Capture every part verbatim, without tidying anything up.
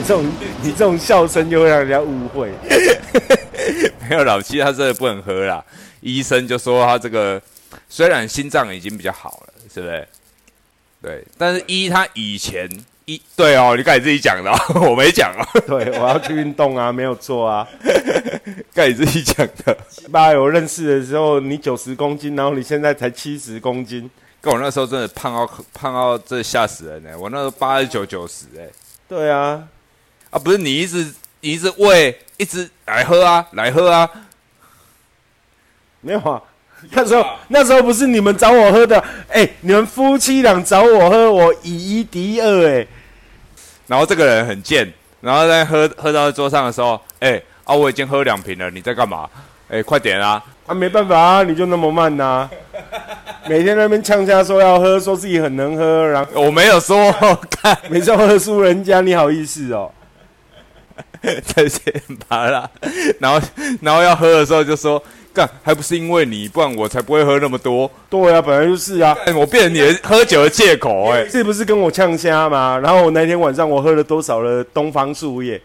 这种你这种笑声就会让人家误会。 没有老七他真的不能喝啦，医生就说他这个虽然心脏已经比较好了，是不是？对，但是一他以前一对哦，你刚才自己讲的、哦，我没讲哦。 对，我要去运动啊，没有错啊。 刚才自己讲的。 爸有认识的时候，你九十公斤，然后你现在才七十公斤。 跟我那时候真的胖到胖到真的吓死人哎！我那时候八十九九十哎。 对啊， 啊不是你一直你一直喂，一直来喝啊，来喝啊。 没有啊，那时候那时候不是你们找我喝的，哎、欸，你们夫妻俩找我喝，我以一敌二哎。 然后这个人很贱，然后在喝喝到桌上的时候，哎、欸、啊我已经喝两瓶了，你在干嘛？哎、欸、快点啊！ 啊没办法啊，你就那么慢呐、啊。每天在那边呛下说要喝，说自己很能喝，然后我没有说，看每次喝输人家，你好意思哦？ 这些拔啦，然后然后要喝的时候就说，干还不是因为你，不然我才不会喝那么多。 对啊，本来就是啊， 我变成你的喝酒的借口哎、欸， 是不是跟我呛虾嘛？然后我那天晚上我喝了多少的东方树叶？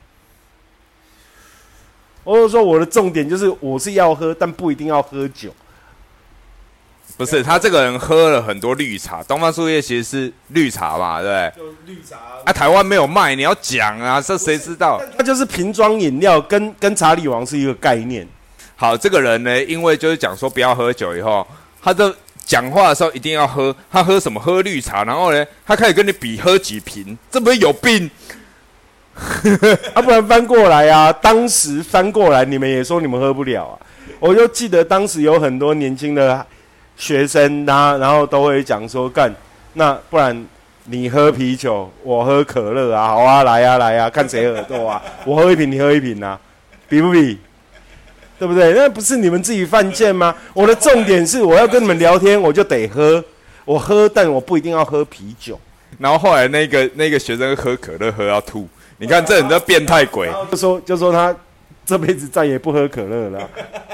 我就说我的重点就是我是要喝，但不一定要喝酒。 不是，他这个人喝了很多绿茶，东方树叶其实是绿茶嘛，对不对？ 就绿茶啊，台湾没有卖，你要讲啊，这谁知道？ 它就是瓶装饮料，跟跟查理王是一个概念。 好，这个人呢，因为就是讲说不要喝酒以后，他的讲话的时候一定要喝，他喝什么？喝绿茶，然后呢，他开始跟你比喝几瓶，这不是有病？ 啊，不然翻过来啊！当时翻过来，你们也说你们喝不了啊。我就记得当时有很多年轻的学生啊，然后都会讲说，干，那不然你喝啤酒，我喝可乐啊，好啊，来啊来啊，看谁耳朵啊，我喝一瓶，你喝一瓶啊，比不比？对不对？那不是你们自己犯贱吗？我的重点是，我要跟你们聊天，我就得喝，我喝，但我不一定要喝啤酒。 然后后来那个那个学生喝可乐喝到吐，你看这人这变态鬼， 就说就说他这辈子再也不喝可乐了。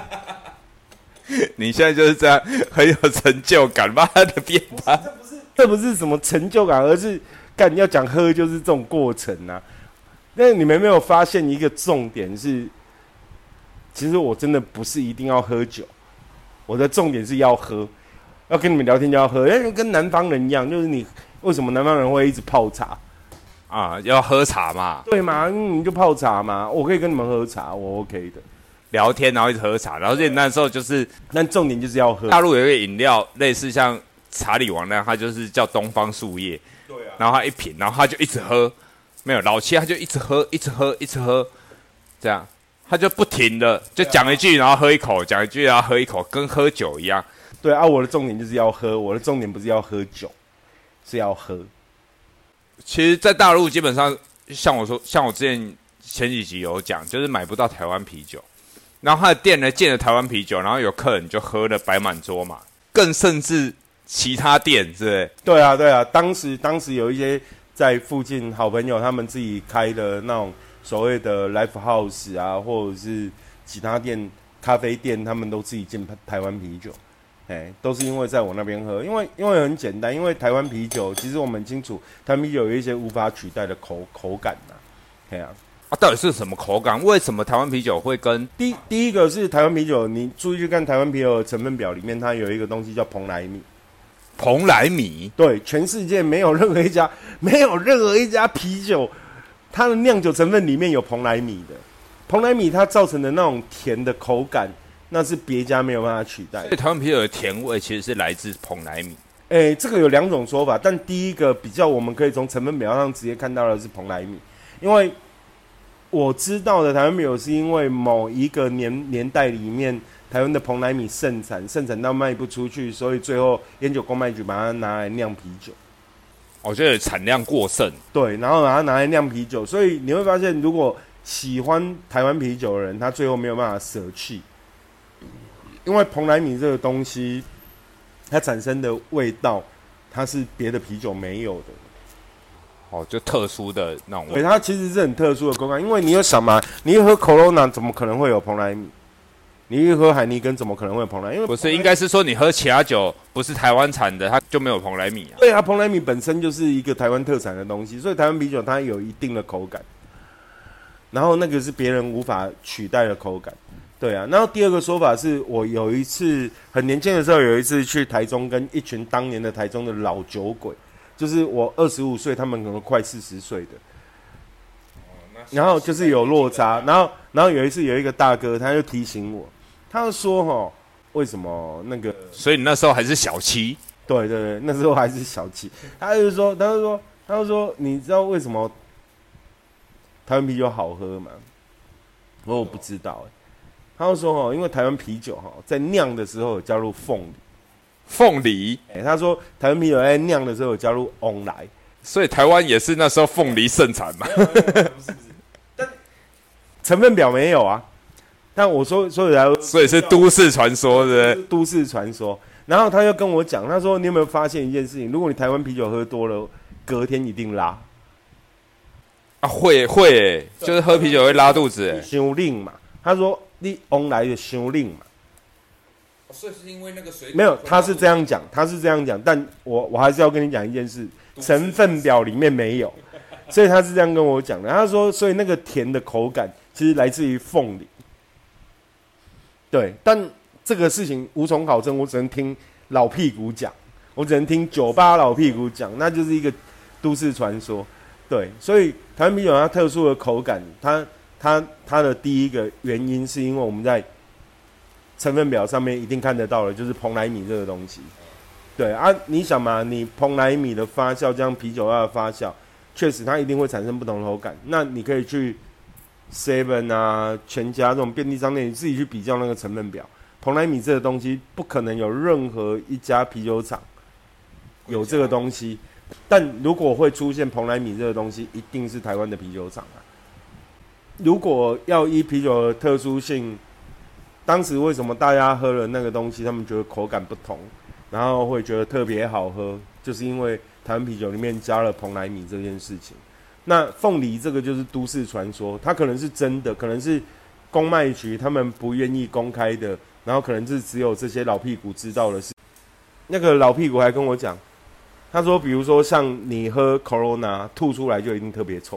你现在就是这样，很有成就感，妈的变态！ 这不是这不是什么成就感，而是干要讲喝就是这种过程啊。但你们没有发现一个重点是，其实我真的不是一定要喝酒，我的重点是要喝，要跟你们聊天就要喝，因为跟南方人一样，就是你为什么南方人会一直泡茶啊？要喝茶嘛？ 对嘛，你就泡茶嘛，我可以跟你们喝茶，我 OK 的。 聊天，然后一直喝茶，然后这那时候就是， 但重点就是要喝。 大陆有一个饮料，类似像查理王那样，它就是叫东方树叶， 对啊。 然后他一瓶，然后他就一直喝，没有老七他就一直喝，一直喝，一直喝，这样他就不停的就讲一句，然后喝一口，讲一句，然后喝一口，跟喝酒一样。 对啊，我的重点就是要喝，我的重点不是要喝酒，是要喝。 其实，在大陆基本上，像我说，像我之前前几集有讲，就是买不到台湾啤酒。然后他的店呢建了台湾啤酒，然后有客人就喝了摆满桌嘛，更甚至其他店，是不是？ 对啊，对啊，当时当时有一些在附近好朋友他们自己开的那种所谓的 live house 啊，或者是其他店咖啡店，他们都自己进台湾啤酒，哎，都是因为在我那边喝，因为因为很简单，因为台湾啤酒其实我们很清楚，台湾啤酒有一些无法取代的口口感呐、啊，哎呀、啊。 啊，到底是什么口感？为什么台湾啤酒会跟第第一个是台湾啤酒？你注意去看台湾啤酒的成分表里面，它有一个东西叫蓬莱米。 蓬莱米？ 对，全世界没有任何一家没有任何一家啤酒，它的酿酒成分里面有蓬莱米的。蓬莱米它造成的那种甜的口感，那是别家没有办法取代的。 所以台湾啤酒的甜味其实是来自蓬莱米。 诶，这个有两种说法，但第一个比较我们可以从成分表上直接看到的是蓬莱米，因为我知道的台湾啤酒是因为某一个年年代里面，台湾的蓬莱米盛产，盛产到卖不出去，所以最后烟酒公卖局把它拿来酿啤酒。 我觉得产量过剩， 对，然后把它拿来酿啤酒，所以你会发现，如果喜欢台湾啤酒的人，他最后没有办法舍弃，因为蓬莱米这个东西，它产生的味道，它是别的啤酒没有的。 哦，就特殊的那种味。 对，它其实是很特殊的口感，因为你有想嘛，你一喝 Corona 怎么可能会有蓬莱米？你一喝海尼根怎么可能会有蓬莱？因为不是，应该是说你喝其他酒不是台湾产的，它就没有蓬莱米啊。 对啊，蓬莱米本身就是一个台湾特产的东西，所以台湾啤酒它有一定的口感。 然后那个是别人无法取代的口感。对啊，然后第二个说法是我有一次很年轻的时候，有一次去台中，跟一群当年的台中的老酒鬼，就是我二十五岁，他们可能快四十岁的，然后就是有落差，然后然后有一次有一个大哥，他就提醒我，他就说哈，为什么那个， 所以你那时候还是小七， 对对对，那时候还是小七，他就说，他就说，他就说，你知道为什么台湾啤酒好喝吗？我说我不知道、欸，他就说哦，因为台湾啤酒哈在酿的时候有加入凤梨， 凤梨， 哎、欸，他说台湾啤酒在酿的时候有加入翁来， 所以台湾也是那时候凤梨盛产嘛。 但成分表没有啊。但我说，所以来， 所以是都市传说，对不对？ 都市传说。然后他又跟我讲，他说你有没有发现一件事情？如果你台湾啤酒喝多了，隔天一定拉。 啊，会会、欸，就是喝啤酒会拉肚子、欸， 伤冷嘛。他说你翁来的伤冷嘛。 所以是因为那个水没有，他是这样讲，他是这样讲，但我我还是要跟你讲一件事，成分表里面没有，所以他是这样跟我讲的。他说，所以那个甜的口感其实来自于凤梨，对，但这个事情无从考证，我只能听老屁股讲，我只能听酒吧老屁股讲，那就是一个都市传说，对，所以台湾啤酒它特殊的口感，它它它的第一个原因是因为我们在成分表上面一定看得到的，就是蓬莱米这个东西。对啊，你想嘛，你蓬莱米的发酵，这样啤酒要的发酵，确实它一定会产生不同的口感。那你可以去 Seven 啊、全家这种便利商店，你自己去比较那个成分表。蓬莱米这个东西，不可能有任何一家啤酒厂有这个东西。但如果会出现蓬莱米这个东西，一定是台湾的啤酒厂啊。如果要依啤酒的特殊性，当时为什么大家喝了那个东西，他们觉得口感不同，然后会觉得特别好喝，就是因为台湾啤酒里面加了蓬莱米这件事情。那凤梨这个就是都市传说，它可能是真的，可能是公卖局他们不愿意公开的，然后可能是只有这些老屁股知道的事。那个老屁股还跟我讲，他说，比如说像你喝 Corona 吐出来就一定特别臭。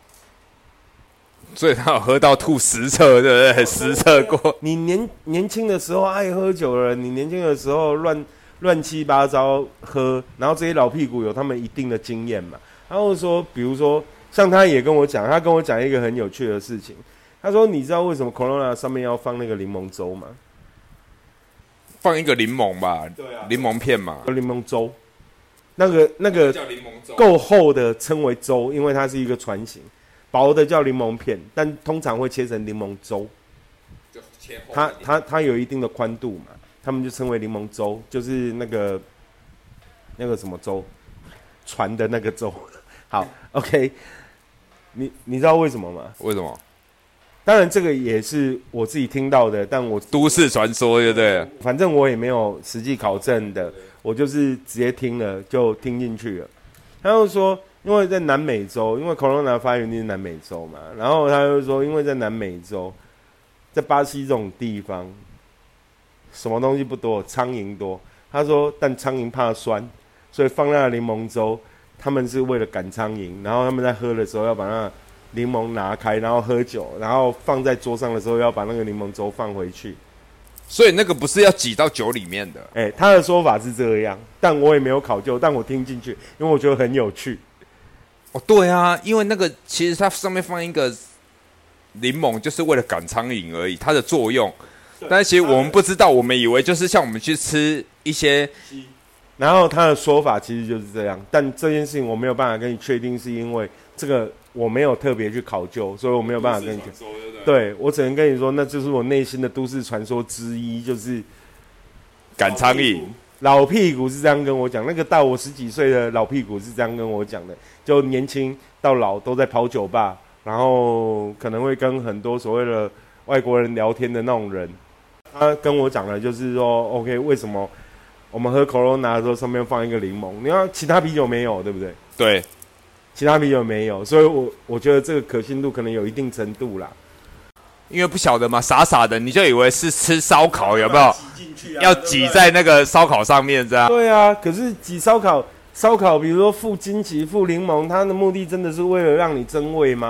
所以他有喝到吐实测，对不对？实测过。 你年年轻的时候爱喝酒的人，你年轻的时候乱乱七八糟喝，然后这些老屁股有他们一定的经验嘛。然后说，比如说像他也跟我讲，他跟我讲一个很有趣的事情。他说：“你知道为什么 Corona 上面要放那个柠檬粥吗？ 放一个柠檬吧， 对啊， 柠檬片嘛， 柠檬粥。那个那个够厚的称为粥，因为它是一个船型。薄的叫柠檬片，但通常会切成柠檬粥。 就切厚。 它它它有一定的宽度嘛，他们就称为柠檬粥，就是那个那个什么粥，船的那个粥。好 ，OK， 你你知道为什么吗？ 为什么？ 当然这个也是我自己听到的，但我都市传说，对不对？ 反正我也没有实际考证的，我就是直接听了就听进去了。他就说。因为在南美洲，因为 Corona 发源地是南美洲嘛，然后他就说，因为在南美洲，在巴西这种地方，什么东西不多，苍蝇多。他说，但苍蝇怕酸，所以放那个柠檬粥，他们是为了赶苍蝇，然后他们在喝的时候要把那柠檬拿开，然后喝酒，然后放在桌上的时候要把那个柠檬粥放回去。 所以那个不是要挤到酒里面的。 哎、欸，他的说法是这样，但我也没有考究，但我听进去，因为我觉得很有趣。 哦，对啊，因为那个其实它上面放一个柠檬，就是为了赶苍蝇而已，它的作用。但是其实我们不知道，我们以为就是像我们去吃一些， 然后他的说法其实就是这样。但这件事情我没有办法跟你确定，是因为这个我没有特别去考究，所以我没有办法跟你讲。对，我只能跟你说，那就是我内心的都市传说之一，就是赶苍蝇。 老屁股是这样跟我讲，那个大我十几岁的老屁股是这样跟我讲的，就年轻到老都在跑酒吧，然后可能会跟很多所谓的外国人聊天的那种人。他跟我讲的就是说 ，OK， 为什么我们喝 Corona 的时候上面放一个柠檬？你看其他啤酒没有，对不对？ 对， 其他啤酒没有，所以我我觉得这个可信度可能有一定程度啦。 因为不晓得嘛，傻傻的你就以为是吃烧烤，有没有？ 挤进去啊， 要挤在那个烧烤上面这样。 对啊，可是挤烧烤，烧烤比如说附荆棘、附柠檬，它的目的真的是为了让你增味吗？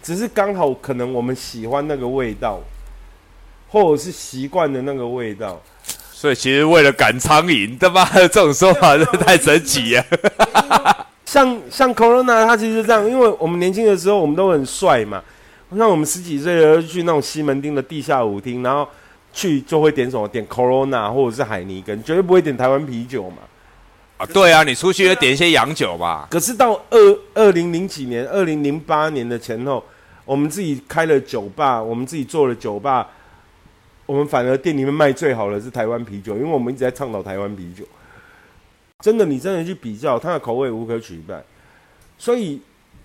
只是刚好可能我们喜欢那个味道，或者是习惯的那个味道。 所以其实为了赶苍蝇，他妈的这种说法真的太神奇了。 像像 Corona 它其实是这样，因为我们年轻的时候我们都很帅嘛，像我们十几岁的去那种西门町的地下舞厅，然后去就会点什么点 Corona 或者是海尼根，绝对不会点台湾啤酒嘛。 啊，对啊，你出去要点一些洋酒吧。 可是到二二零零几年，二零零八年的前后，我们自己开了酒吧，我们自己做了酒吧，我们反而店里面卖最好的是台湾啤酒，因为我们一直在倡导台湾啤酒。真的，你真的去比较，它的口味无可取代。所以，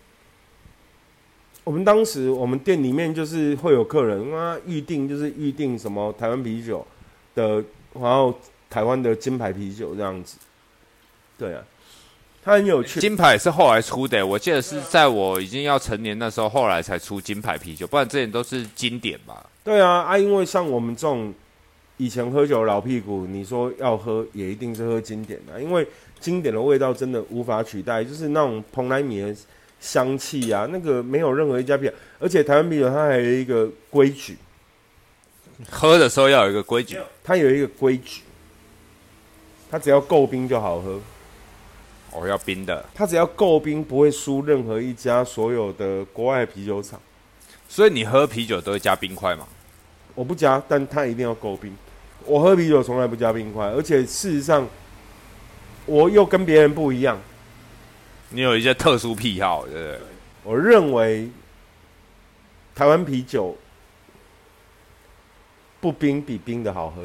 我们当时我们店里面就是会有客人啊预定，就是预定什么台湾啤酒的，然后台湾的金牌啤酒这样子。对啊，它很有趣。 金牌是后来出的，我记得是在我已经要成年那时候，后来才出金牌啤酒，不然之前都是经典吧。 对啊，啊，因为像我们这种以前喝酒的老屁股，你说要喝也一定是喝经典的，因为经典的味道真的无法取代，就是那种蓬莱米的香气啊，那个没有任何一家啤酒，而且台湾啤酒它还有一个规矩， 喝的时候要有一个规矩， 它有一个规矩，它只要够冰就好喝。 哦，要冰的， 它只要够冰，不会输任何一家所有的国外的啤酒厂。 所以你喝啤酒都会加冰块吗？ 我不加，但它一定要够冰。我喝啤酒从来不加冰块，而且事实上，我又跟别人不一样。 你有一些特殊癖好，对不对？ 我认为台湾啤酒不冰比冰的好喝。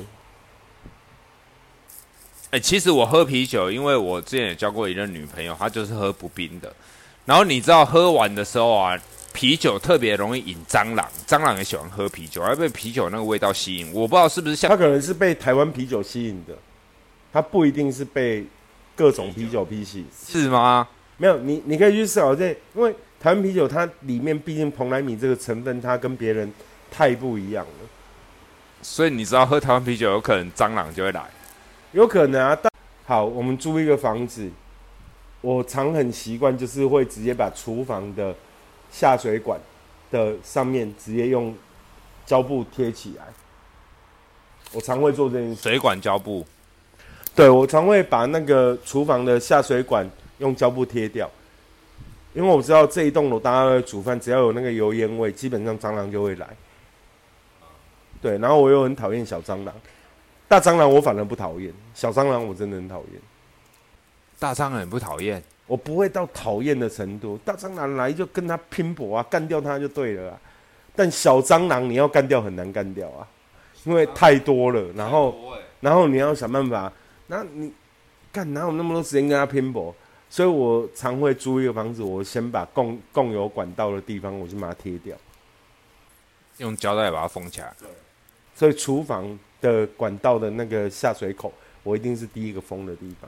哎、欸，其实我喝啤酒，因为我之前也交过一任女朋友，她就是喝不冰的。然后你知道喝完的时候啊，啤酒特别容易引蟑螂，蟑螂也喜欢喝啤酒，还被啤酒那个味道吸引。我不知道是不是像他可能是被台湾啤酒吸引的，他不一定是被各种啤酒啤吸引， 是吗？ 没有，你你可以去思考这，因为台湾啤酒它里面毕竟蓬莱米这个成分，它跟别人太不一样了。 所以你知道喝台湾啤酒有可能蟑螂就会来， 有可能啊。但好，我们租一个房子，我常很习惯就是会直接把厨房的下水管的上面直接用胶布贴起来。我常会做这件事。 水管胶布。 对，我常会把那个厨房的下水管用胶布贴掉，因为我知道这一栋楼大家都在煮饭，只要有那个油烟味，基本上蟑螂就会来。对，然后我又很讨厌小蟑螂，大蟑螂我反而不讨厌，小蟑螂我真的很讨厌。 大蟑螂很不讨厌， 我不会到讨厌的程度，大蟑螂来就跟他拼搏啊，干掉他就对了啊。但小蟑螂你要干掉很难干掉啊，因为太多了，然后然后你要想办法，那你干哪有那么多时间跟他拼搏？所以我常会租一个房子，我先把共共有管道的地方，我就把它贴掉， 用胶带把它封起来。 所以厨房的管道的那个下水口，我一定是第一个封的地方。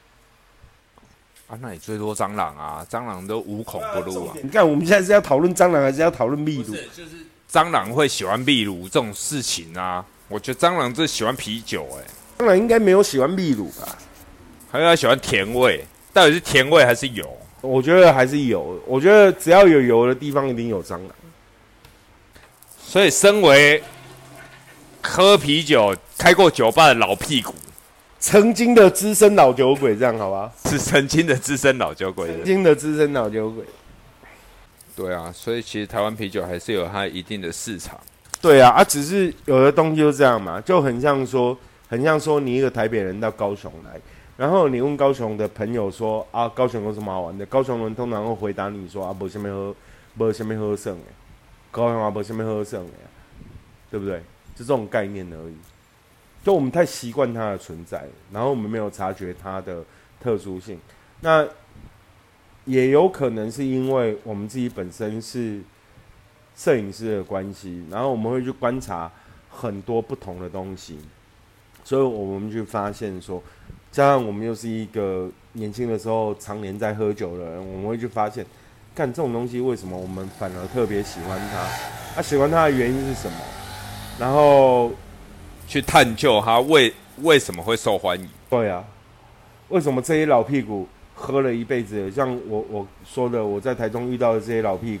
啊，那你最多蟑螂啊，蟑螂都无孔不入啊。 你看我们现在是要讨论蟑螂，还是要讨论秘鲁？ 就是蟑螂会喜欢秘鲁这种事情啊。我觉得蟑螂最喜欢啤酒、欸，哎， 蟑螂应该没有喜欢秘鲁吧？ 还有它喜欢甜味，到底是甜味还是油？ 我觉得还是有，我觉得只要有油的地方，一定有蟑螂。 所以，身为喝啤酒、开过酒吧的老屁股， 曾经的资深老酒鬼，这样好吧？ 是曾经的资深老酒鬼的， 曾经的资深老酒鬼。 对啊，所以其实台湾啤酒还是有它一定的市场。 对啊，啊，只是有的东西就这样嘛，就很像说，很像说你一个台北人到高雄来，然后你问高雄的朋友说啊，高雄有什么好玩的？高雄人通常会回答你说啊，没什么喝，没什么喝剩的，高雄啊，没什么喝剩的，对不对？就这种概念而已。就我们太习惯它的存在，然后我们没有察觉它的特殊性。那也有可能是因为我们自己本身是摄影师的关系，然后我们会去观察很多不同的东西，所以我们去发现说，加上我们又是一个年轻的时候常年在喝酒的人，我们会去发现，干这种东西为什么我们反而特别喜欢它？啊，喜欢它的原因是什么？然后去探究它为为什么会受欢迎。 对啊，为什么这些老屁股喝了一辈子？像我我说的，我在台中遇到的这些老屁股，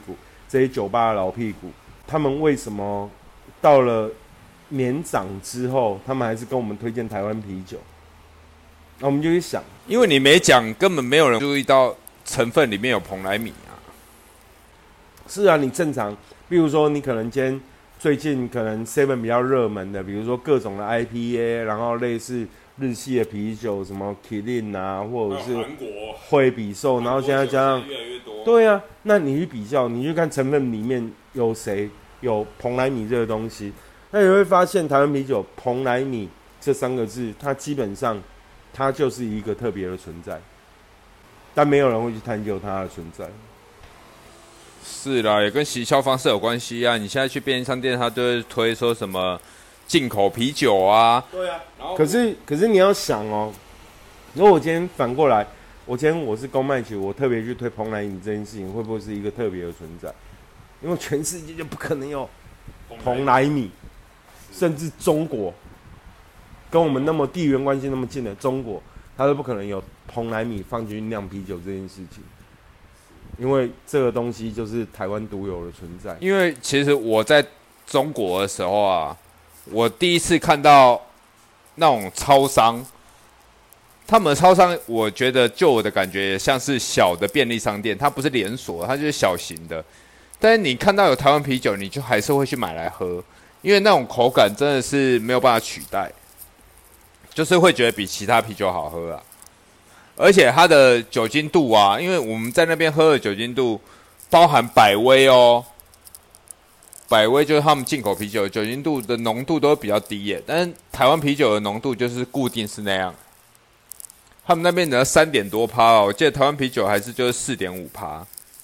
这些酒吧的老屁股，他们为什么到了年长之后，他们还是跟我们推荐台湾啤酒？那我们就去想， 因为你没讲，根本没有人注意到成分里面有蓬莱米啊。 是啊，你正常，比如说你可能今天最近可能 seven 比较热门的，比如说各种的 I P A， 然后类似日系的啤酒，什么 Kirin 啊，或者是惠比寿，然后现在加上越来越多。 对啊，那你去比较，你去看成分里面有谁有蓬莱米这个东西，那你会发现台湾啤酒蓬莱米这三个字，它基本上它就是一个特别的存在，但没有人会去探究它的存在。 是啦，也跟行销方式有关系啊。你现在去便利商店，他都会推说什么进口啤酒啊。 对啊，然后可是可是你要想哦，如果我今天反过来，我今天我是公卖局，我特别去推蓬莱米这件事情，会不会是一个特别的存在？因为全世界就不可能有蓬莱米，甚至中国跟我们那么地缘关系那么近的中国，它都不可能有蓬莱米放进去酿啤酒这件事情。因为这个东西就是台湾独有的存在。 因为其实我在中国的时候啊，我第一次看到那种超商，他们的超商，我觉得就我的感觉，也像是小的便利商店，它不是连锁，它就是小型的。但是你看到有台湾啤酒，你就还是会去买来喝，因为那种口感真的是没有办法取代，就是会觉得比其他啤酒好喝啊。而且它的酒精度啊，因为我们在那边喝的酒精度包含百威哦，百威就是他们进口啤酒酒精度的浓度都比较低耶，但是台湾啤酒的浓度就是固定是那样。他们那边的三点多趴哦，我记得台湾啤酒还是就是四点五趴，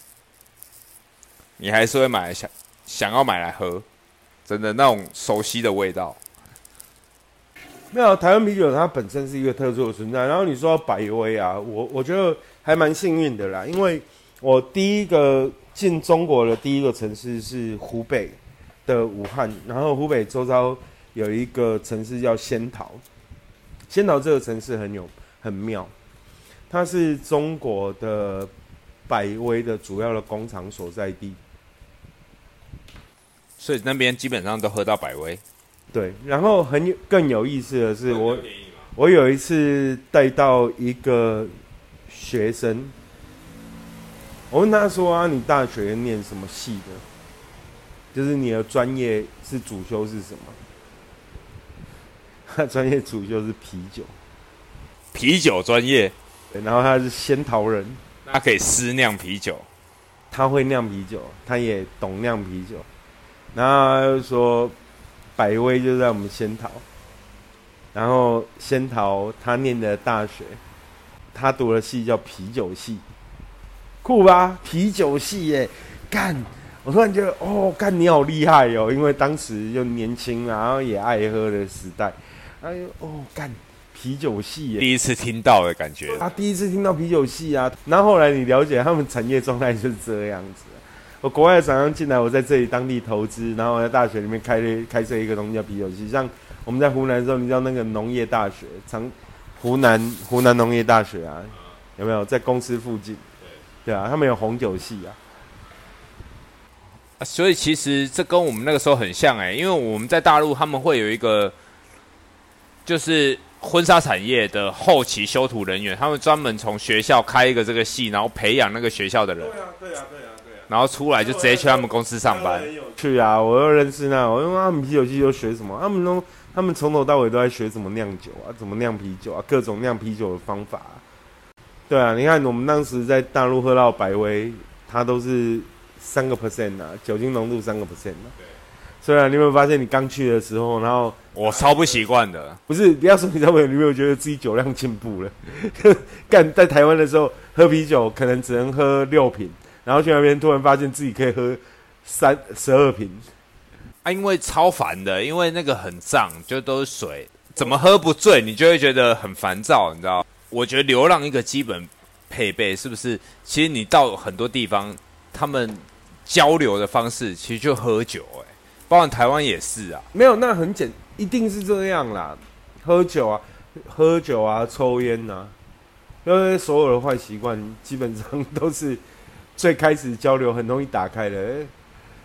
你还是会买想想要买来喝，真的那种熟悉的味道。 没有，台湾啤酒它本身是一个特殊的存在。然后你说到百威啊，我我觉得还蛮幸运的啦，因为我第一个进中国的第一个城市是湖北的武汉，然后湖北周遭有一个城市叫仙桃，仙桃这个城市很有很妙，它是中国的百威的主要的工厂所在地， 所以那边基本上都喝到百威。 对，然后很有更有意思的是，我我有一次带到一个学生，我问他说啊，你大学念什么系的？就是你的专业是主修是什么？他专业主修是啤酒， 啤酒专业。 对，然后他是仙桃人， 他可以私酿啤酒， 他会酿啤酒，他也懂酿啤酒，然后他就说。百威就在我们仙桃，然后仙桃他念的大学，他读的系叫啤酒系，酷吧？啤酒系耶，干！我突然觉得，哦，干你好厉害哦，因为当时又年轻啊，然后也爱喝的时代，哎呦，哦，干啤酒系耶， 第一次听到的感觉。 啊，第一次听到啤酒系啊，然后后来你了解他们产业状态就是这样子。我国外的厂商进来，我在这里当地投资，然后我在大学里面开了开设一个东西叫啤酒系。像我们在湖南的时候，你知道那个农业大学，长湖南湖南农业大学啊，有没有在公司附近？对啊，他们有红酒系啊。 啊所以其实这跟我们那个时候很像哎、欸，因为我们在大陆他们会有一个就是婚纱产业的后期修图人员，他们专门从学校开一个这个系，然后培养那个学校的人。 对啊，对啊，对啊。 然后出来就直接去他们公司上班。 去啊！我又认识那，我问他们啤酒系都学什么？他们都他们从头到尾都在学怎么酿酒啊，怎么酿啤酒啊，各种酿啤酒的方法、啊。对啊，你看我们当时在大陆喝到百威，它都是三个 percent 啊，酒精浓度三个 percent 啊。虽然你有没有发现，你刚去的时候，然后我超不习惯的。 不是，不要说你在外，你有没有觉得自己酒量进步了？干在台湾的时候喝啤酒，可能只能喝六瓶。然后去那边突然发现自己可以喝三十二瓶， 啊，因为超烦的，因为那个很胀，就都是水，怎么喝不醉，你就会觉得很烦躁，你知道？我觉得流浪一个基本配备是不是？其实你到很多地方，他们交流的方式其实就喝酒、欸，哎，包括台湾也是啊。 没有，那很简，一定是这样啦，喝酒啊，喝酒啊，抽烟啊，因为所有的坏习惯基本上都是。最开始交流很容易打开的，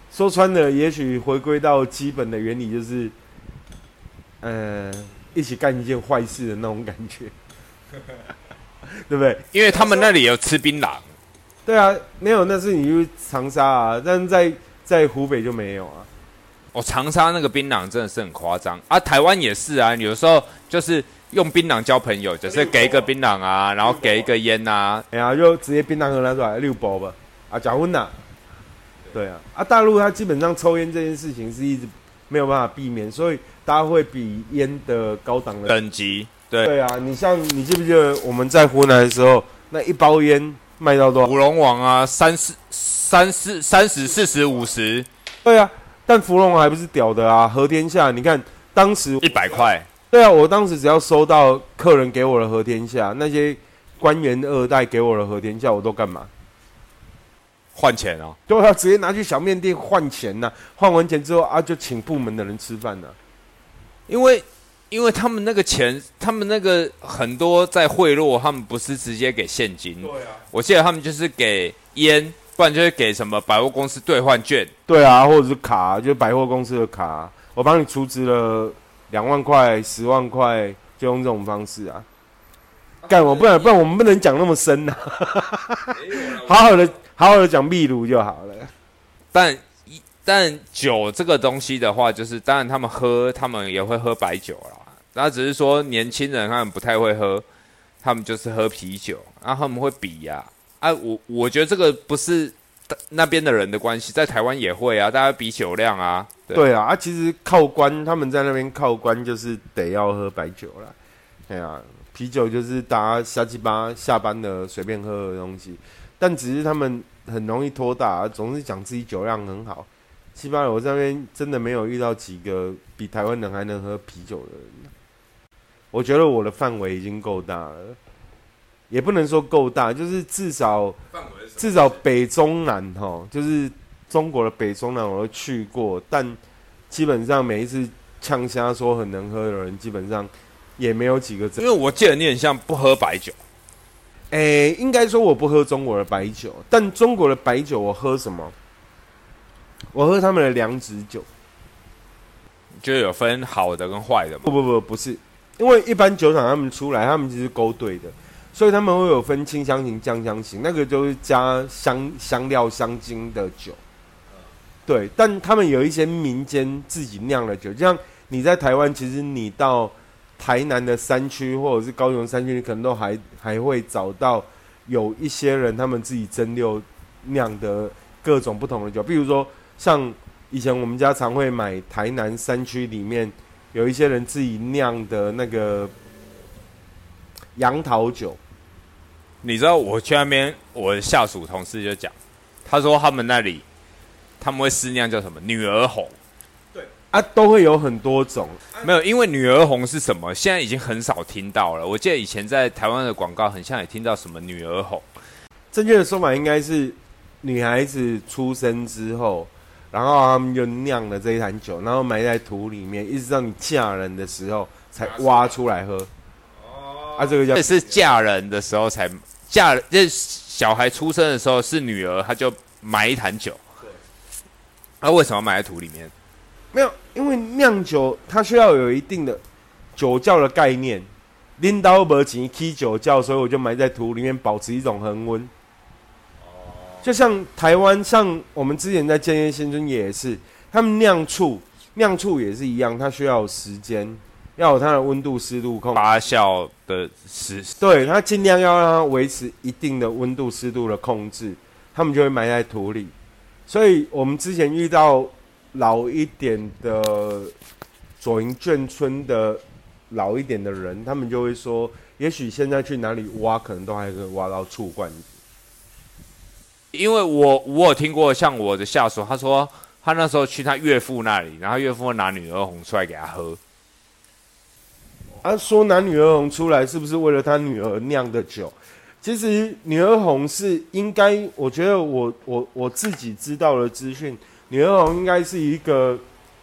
说穿了，也许回归到基本的原理，就是，呃，一起干一件坏事的那种感觉，对不对？ 因为他们那里有吃槟榔。 对啊，没有，那是你去长沙啊，但是在在湖北就没有啊。 哦，长沙那个槟榔真的是很夸张啊，台湾也是啊，有时候就是用槟榔交朋友，就是给一个槟榔啊，然后给一个烟啊， 哎呀，就直接槟榔盒拿出来六包吧，啊，假婚呐。对啊，啊，大陆它基本上抽烟这件事情是一直没有办法避免，所以大家会比烟的高档的等级。对对啊，你像你记不记得我们在湖南的时候，那一包烟卖到多少？ 舞龙王啊，三四三四三十四十五十。 对啊，但芙蓉还不是屌的啊！和天下，你看当时一百块。 对啊，我当时只要收到客人给我的和天下，那些官员二代给我的和天下，我都干嘛？ 换钱哦， 对啊，直接拿去小面店换钱呐、啊，换完钱之后啊，就请部门的人吃饭呐、啊。 因为因为他们那个钱，他们那个很多在贿赂，他们不是直接给现金。 对啊， 我记得他们就是给烟，不然就是给什么百货公司兑换券。 对啊，或者是卡，就是百货公司的卡，我帮你储值了两万块、十万块，就用这种方式啊。干我不然不然我们不能讲那么深呐、啊，好好的好好的讲秘鲁就好了。 但但酒这个东西的话，就是当然他们喝，他们也会喝白酒啦。那只是说年轻人他们不太会喝，他们就是喝啤酒，然后他们会比呀、啊。啊，我我觉得这个不是那边的人的关系，在台湾也会啊，大家比酒量啊。 对, 对啊，啊其实靠关他们在那边靠关就是得要喝白酒啦。对啊。啤酒就是大家瞎鸡巴下班的随便喝的东西，但只是他们很容易拖大，总是讲自己酒量很好。七八我这边真的没有遇到几个比台湾人还能喝啤酒的人。我觉得我的范围已经够大了，也不能说够大，就是至少至少北中南哈，就是中国的北中南我都去过，但基本上每一次呛虾说很能喝的人，基本上。也没有几个真， 因为我记得你很像不喝白酒。 诶、欸，应该说我不喝中国的白酒，但中国的白酒我喝什么？我喝他们的良质酒， 就有分好的跟坏的嘛。 不不不，不是，因为一般酒厂他们出来，他们其实勾兑的，所以他们会有分清香型、酱香型，那个就是加香香料、香精的酒。对，但他们有一些民间自己酿的酒，就像你在台湾，其实你到台南的山区或者是高雄山区，你可能都还还会找到有一些人他们自己蒸馏酿的各种不同的酒，比如说像以前我们家常会买台南山区里面有一些人自己酿的那个杨桃酒。 你知道我去那边，我的下属同事就讲，他说他们那里他们会私酿叫什么女儿红。 啊，都会有很多种， 没有，因为女儿红是什么？现在已经很少听到了。我记得以前在台湾的广告，很像也听到什么女儿红。 正确的说法应该是女孩子出生之后，然后他们就酿了这一坛酒，然后埋在土里面，一直到你嫁人的时候才挖出来喝。哦，啊，这个叫这是嫁人的时候才嫁，这小孩出生的时候是女儿，他就埋一坛酒。对，那为什么要埋在土里面？ 没有，因为酿酒它需要有一定的酒窖的概念，拎刀没钱起酒窖，所以我就埋在土里面，保持一种恒温。就像台湾，像我们之前在建业新村也是，他们酿醋，酿醋也是一样，它需要有时间，要有它的温度、湿度控制， 发酵的时， 对，它尽量要让它维持一定的温度、湿度的控制，他们就会埋在土里。所以我们之前遇到老一点的左营眷村的老一点的人，他们就会说，也许现在去哪里挖，可能都还可以挖到醋罐子。 因为我我有听过，像我的下属，他说他那时候去他岳父那里，然后岳父拿女儿红出来给他喝。 他、啊、说拿女儿红出来，是不是为了他女儿酿的酒？其实女儿红是应该，我觉得我我我自己知道的资讯。女儿红应该是一个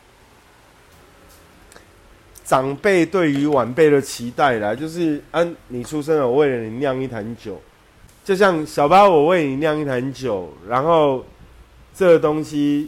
长辈对于晚辈的期待啦，就是啊，你出生了，我为了你酿一坛酒，就像小八我为你酿一坛酒，然后这个东西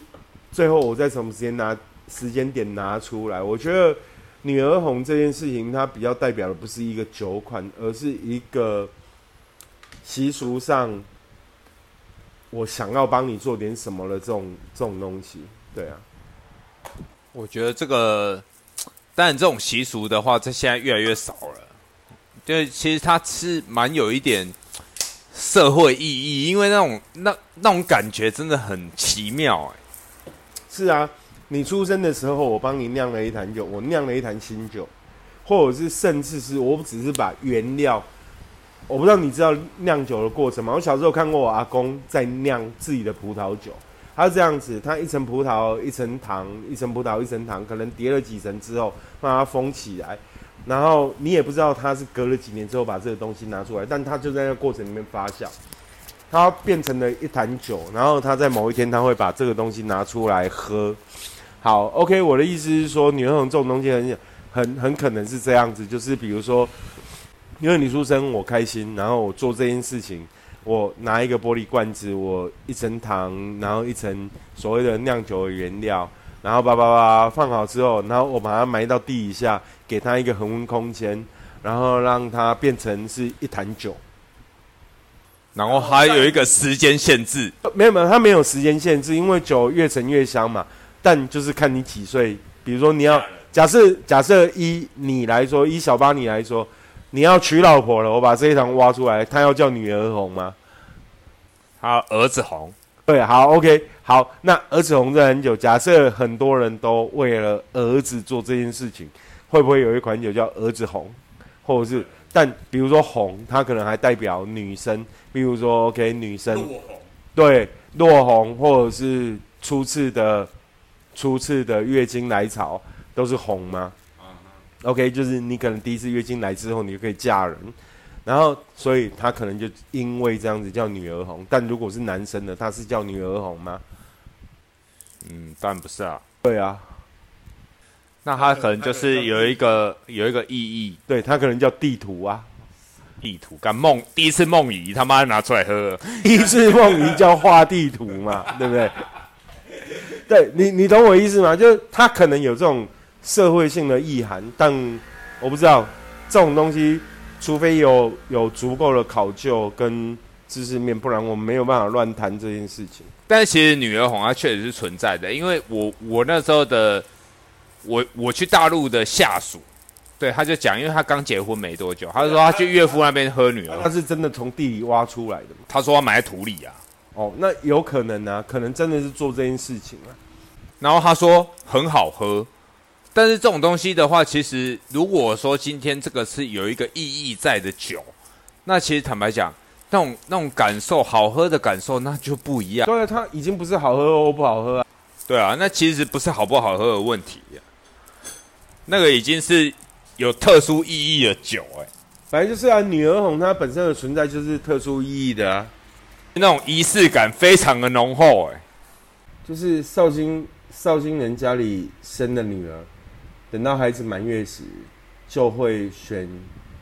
最后我再什么时间拿时间点拿出来。我觉得女儿红这件事情，它比较代表的不是一个酒款，而是一个习俗上，我想要帮你做点什么的这种这种东西。对啊， 我觉得这个，当然这种习俗的话，在现在越来越少了。对，其实它是蛮有一点社会意义，因为那种那那种感觉真的很奇妙哎。 是啊，你出生的时候，我帮你酿了一坛酒，我酿了一坛新酒，或者是甚至是我只是把原料，我不知道你知道酿酒的过程吗？我小时候看过我阿公在酿自己的葡萄酒，他是这样子，他一层葡萄一层糖，一层葡萄一层糖，可能叠了几层之后，让它封起来。然后你也不知道他是隔了几年之后把这个东西拿出来，但他就在那个过程里面发酵，它变成了一坛酒，然后他在某一天他会把这个东西拿出来喝。好 ，OK， 我的意思是说，女儿红这种东西很很很可能是这样子，就是比如说，因为你出生我开心，然后我做这件事情，我拿一个玻璃罐子，我一层糖，然后一层所谓的酿酒的原料。然后叭叭叭放好之后，然后我把它埋到地底下，给它一个恒温空间，然后让它变成是一坛酒。 然后还有一个时间限制， 没有没有，它没有时间限制，因为酒越陈越香嘛。但就是看你几岁，比如说你要假设假设依你来说，依小巴你来说，你要娶老婆了，我把这一坛挖出来，他要叫女儿红吗？ 他儿子红。 对，好 ，OK， 好，那儿子红这很久，假设很多人都为了儿子做这件事情，会不会有一款酒叫儿子红，或者是，但比如说红，它可能还代表女生，比如说 OK 女生，落红，对，落红，或者是初次的初次的月经来潮都是红吗、uh-huh. ？OK， 就是你可能第一次月经来之后，你就可以嫁人。然后，所以他可能就因为这样子叫女儿红，但如果是男生的，他是叫女儿红吗？ 嗯，当然不是啊。 对啊， 那他可能就是有一个有一个意义， 对他可能叫地图啊， 地图干梦第一次梦遗他妈拿出来喝， 第一次梦遗叫画地图嘛，对不对？对你，你懂我意思吗？就是他可能有这种社会性的意涵，但我不知道这种东西。除非有有足够的考究跟知识面，不然我们没有办法乱谈这件事情。 但是其实女儿红它确实是存在的，因为我我那时候的我我去大陆的下属，对他就讲，因为他刚结婚没多久，他就说他去岳父那边喝女儿红， 他是真的从地里挖出来的吗？ 他说他埋在土里啊。 哦，那有可能啊，可能真的是做这件事情啊。 然后他说很好喝。但是这种东西的话，其实如果说今天这个是有一个意义在的酒，那其实坦白讲，那种那种感受，好喝的感受，那就不一样。 对，它已经不是好喝或不好喝啊。 对啊，那其实不是好不好喝的问题，那个已经是有特殊意义的酒、欸，哎， 本来就是啊，女儿红它本身的存在就是特殊意义的啊， 那种仪式感非常的浓厚、欸，哎， 就是绍兴绍兴人家里生的女儿。等到孩子满月时，就会选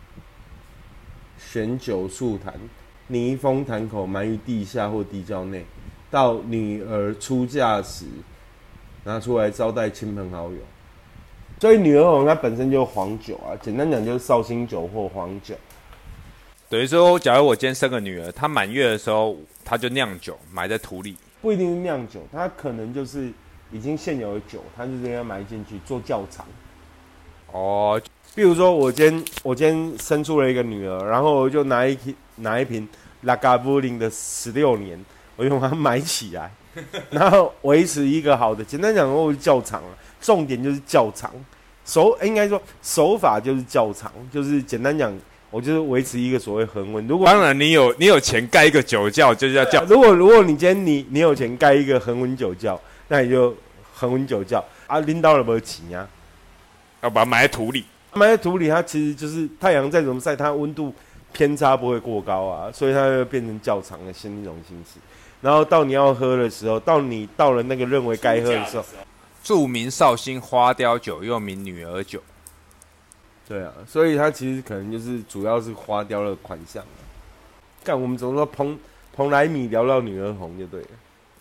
选酒数坛，泥封坛口，埋于地下或地窖内。到女儿出嫁时，拿出来招待亲朋好友。所以女儿红它本身就是黄酒啊，简单讲就是绍兴酒或黄酒。 等于说，假如我今天生个女儿，她满月的时候，她就酿酒埋在土里， 不一定是酿酒，它可能就是已经现有的酒，它就是要埋进去做窖藏。 哦， 比如说我今天我今天生出了一个女儿，然后我就拿一瓶拿一瓶拉嘎布林的十六年，我用它埋起来，然后维持一个好的。简单讲，我是窖藏啊，重点就是窖藏手，应该说手法就是窖藏，就是简单讲，我就是维持一个所谓恒温。如果当然你有你有钱盖一个酒窖，就是要窖、啊。 如果如果你今天你你有钱盖一个恒温酒窖，那你就恒温酒窖啊，拎到了没有钱啊？ 要把它埋在土里， 埋在土里，它其实就是太阳再怎么晒，它温度偏差不会过高啊，所以它会变成较长的新一种形式。然后到你要喝的时候，到你到了那个认为该喝的时候， 著名绍兴花雕酒，又名女儿酒。 对啊，所以它其实可能就是主要是花雕的款项。干，我们怎么说蓬蓬莱米聊到女儿红就对了。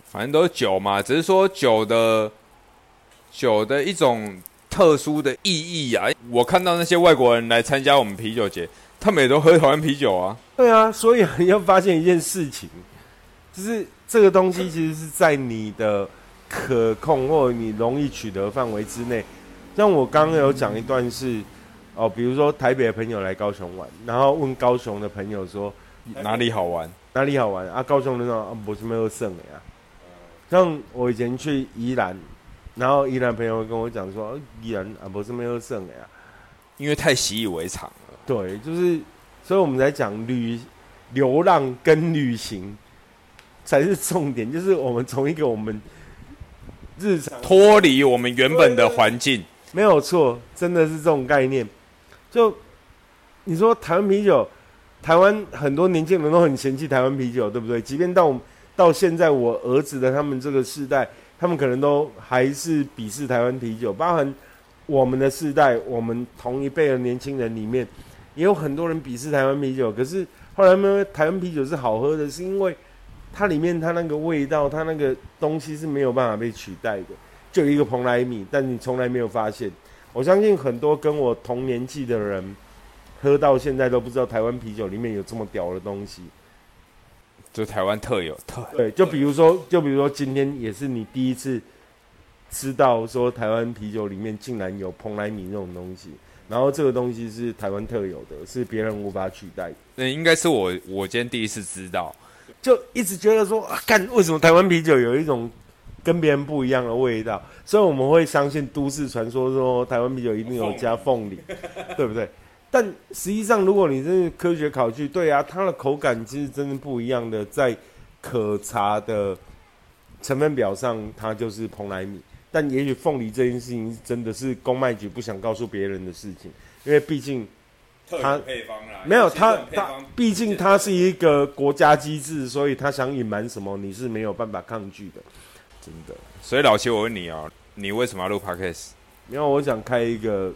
反正都是酒嘛，只是说酒的酒的一种特殊的意义啊。我看到那些外国人来参加我们啤酒节，他们也都喝台湾啤酒啊。 对啊，所以你要发现一件事情，就是这个东西其实是在你的可控或者你容易取得范围之内。像我刚刚有讲一段是，哦，比如说台北的朋友来高雄玩，然后问高雄的朋友说哪里好玩， 哪里好玩啊？高雄人说啊，不是没有剩的呀。像我以前去宜兰，然后宜兰朋友跟我讲说，啊、宜兰啊不是没有剩的呀， 因为太习以为常了。 对，就是，所以我们在讲旅流浪跟旅行才是重点，就是我们从一个我们日常脱离我们原本的环境， 没有错，真的是这种概念。就你说台湾啤酒，台湾很多年轻人都很嫌弃台湾啤酒，对不对？即便到我们到现在，我儿子的他们这个世代，他们可能都还是鄙视台湾啤酒，包含我们的世代，我们同一辈的年轻人里面，也有很多人鄙视台湾啤酒。可是后来因为台湾啤酒是好喝的，是因为它里面它那个味道，它那个东西是没有办法被取代的。就有一个蓬莱米，但你从来没有发现。我相信很多跟我同年纪的人，喝到现在都不知道台湾啤酒里面有这么屌的东西。 就台湾特有特对，就比如说，就比如说今天也是你第一次知道说台湾啤酒里面竟然有蓬莱米这种东西，然后这个东西是台湾特有的，是别人无法取代的。 那应该是我我今天第一次知道， 就一直觉得说，啊，干为什么台湾啤酒有一种跟别人不一样的味道？所以我们会相信都市传说说台湾啤酒一定有加凤梨，对不对？但实际上，如果你真是科学考据，对啊，它的口感其实真的不一样的，在可查的成分表上，它就是蓬莱米。但也许凤梨这件事情真的是公卖局不想告诉别人的事情，因为毕竟它配方啦， 没有它它，毕竟它是一个国家机制，所以它想隐瞒什么，你是没有办法抗拒的，真的。 所以老七，我问你哦，你为什么要录 podcast？ 因为我想开一个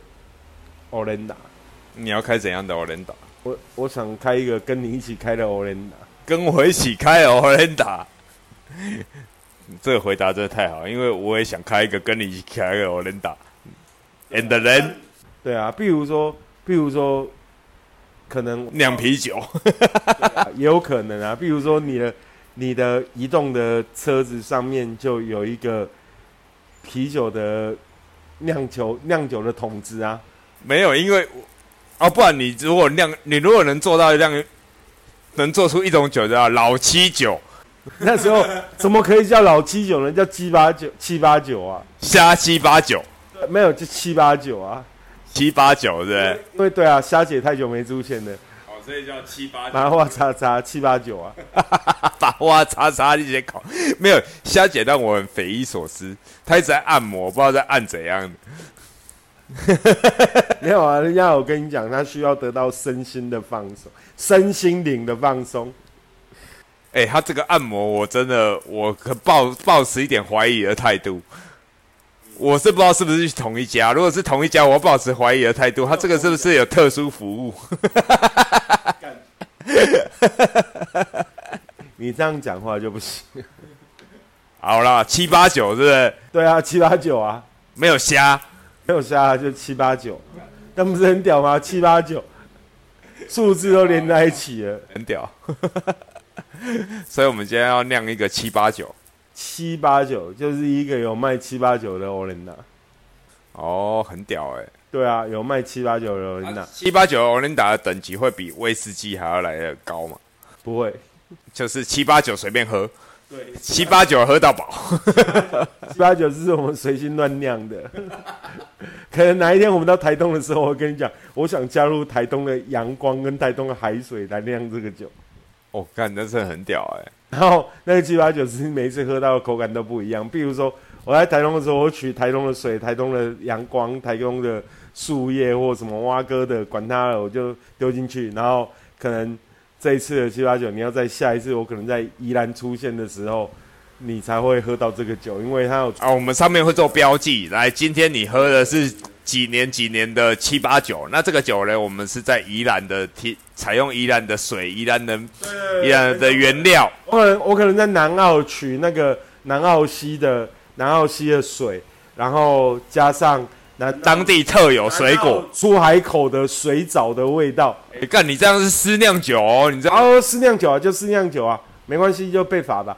Orenda。 你要开怎样的 Orenda？ 我我想开一个跟你一起开的 Orenda， 跟我一起开 Orenda。这个回答真的太好，因为我也想开一个跟你一起开的 Orenda。And then， 对啊，譬如说，譬如说，可能酿啤酒， 啊，也有可能啊。譬如说，你的你的移动的车子上面就有一个啤酒的酿酒酿酒的桶子啊。 没有，因为。哦，不然你如果酿，你如果能做到酿，能做出一种酒叫老七酒， 那时候怎么可以叫老七酒呢？叫七八九七八九啊， 虾七八九， 没有就七八九啊， 七八九对不对？ 因为对啊，虾姐太久没出现了， 哦，所以叫七八九， 麻花叉叉七八九啊， 麻花叉叉一些搞，没有虾姐让我很匪夷所思，她一直在按摩，不知道在按怎样的。 没有啊，人家我跟你讲，他需要得到身心的放松，身心灵的放松。 哎、欸，他这个按摩，我真的我可抱抱持一点怀疑的态度。我是不知道是不是同一家，如果是同一家，我抱持怀疑的态度。他这个是不是有特殊服务？ 你这样讲话就不行。 好啦，七八九是不是？ 对啊，七八九啊， 没有虾。 没有虾就七八九，那不是很屌吗？七八九，数字都连在一起了， 很屌。所以我们今天要酿一个七八九。 七八九就是一个有卖七八九的 Orenda。 哦，很屌哎、欸。 对啊，有卖七八九的 Orenda。 七八九 Orenda 的等级会比威士忌还要来得高吗？ 不会， 就是七八九随便喝。 对， 七八九喝到饱。 七八九是我们随心乱酿的。可能哪一天我们到台东的时候，我跟你讲，我想加入台东的阳光跟台东的海水来酿这个酒。 哦，干，那真的很屌哎、欸。 然后那个七八九是每一次喝到的口感都不一样。比如说我在台东的时候，我取台东的水、台东的阳光、台东的树叶或什么蛙哥的，管它了，我就丢进去。然后可能这一次的七八九，你要在下一次我可能在宜兰出现的时候，你才会喝到这个酒，因为它有啊，我们上面会做标记。来，今天你喝的是几年几年的七八九，那这个酒呢，我们是在宜兰的采用宜兰的水、宜兰的宜兰的原料。 我可能我可能在南澳取那个南澳溪的南澳溪的水，然后加上南当地特有水果， 出海口的水藻的味道。 欸、干你这样是私酿酒哦，你这样哦，私酿酒啊，就私酿酒啊，没关系，就被罚吧。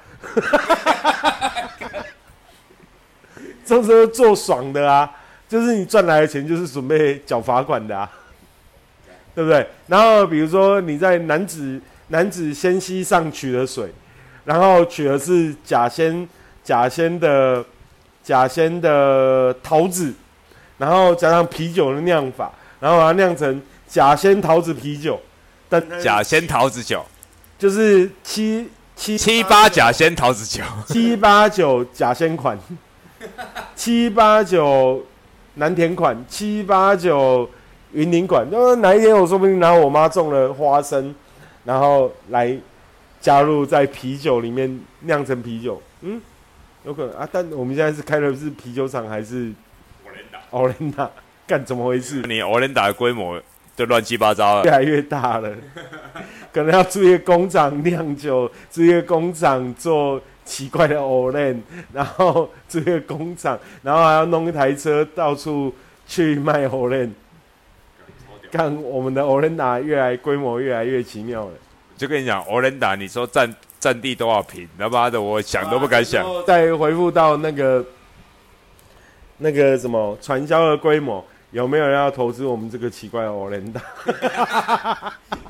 这时候做爽的啊，就是你赚来的钱就是准备缴罚款的啊，对不对？然后比如说你在南子南子仙溪上取的水，然后取的是甲仙甲仙的甲仙的桃子，然后加上啤酒的酿法，然后把它酿成甲仙桃子啤酒。 甲仙桃子酒就是七七七八甲仙桃子酒， 七八九甲仙款，七八九南田款，七八九云林款。那哪一天我说不定拿我妈种了花生，然后来加入在啤酒里面酿成啤酒，嗯，有可能啊。但我们现在是开的是啤酒厂还是 Olenda？Olenda 干怎么回事？ 你 Olenda 的规模就乱七八糟了， 越来越大了，可能要租一个工厂酿酒，租一个工厂做奇怪的 Olenda， 然后租一个工厂，然后还要弄一台车到处去卖 Olenda。看我们的 Olenda 越来规模越来越奇妙了。 就跟你讲 Olenda， 你说占占地多少坪？他妈的，我想都不敢想。 再回复到那个那个什么传销的规模。有没有人要投资我们这个奇怪的 Olenda？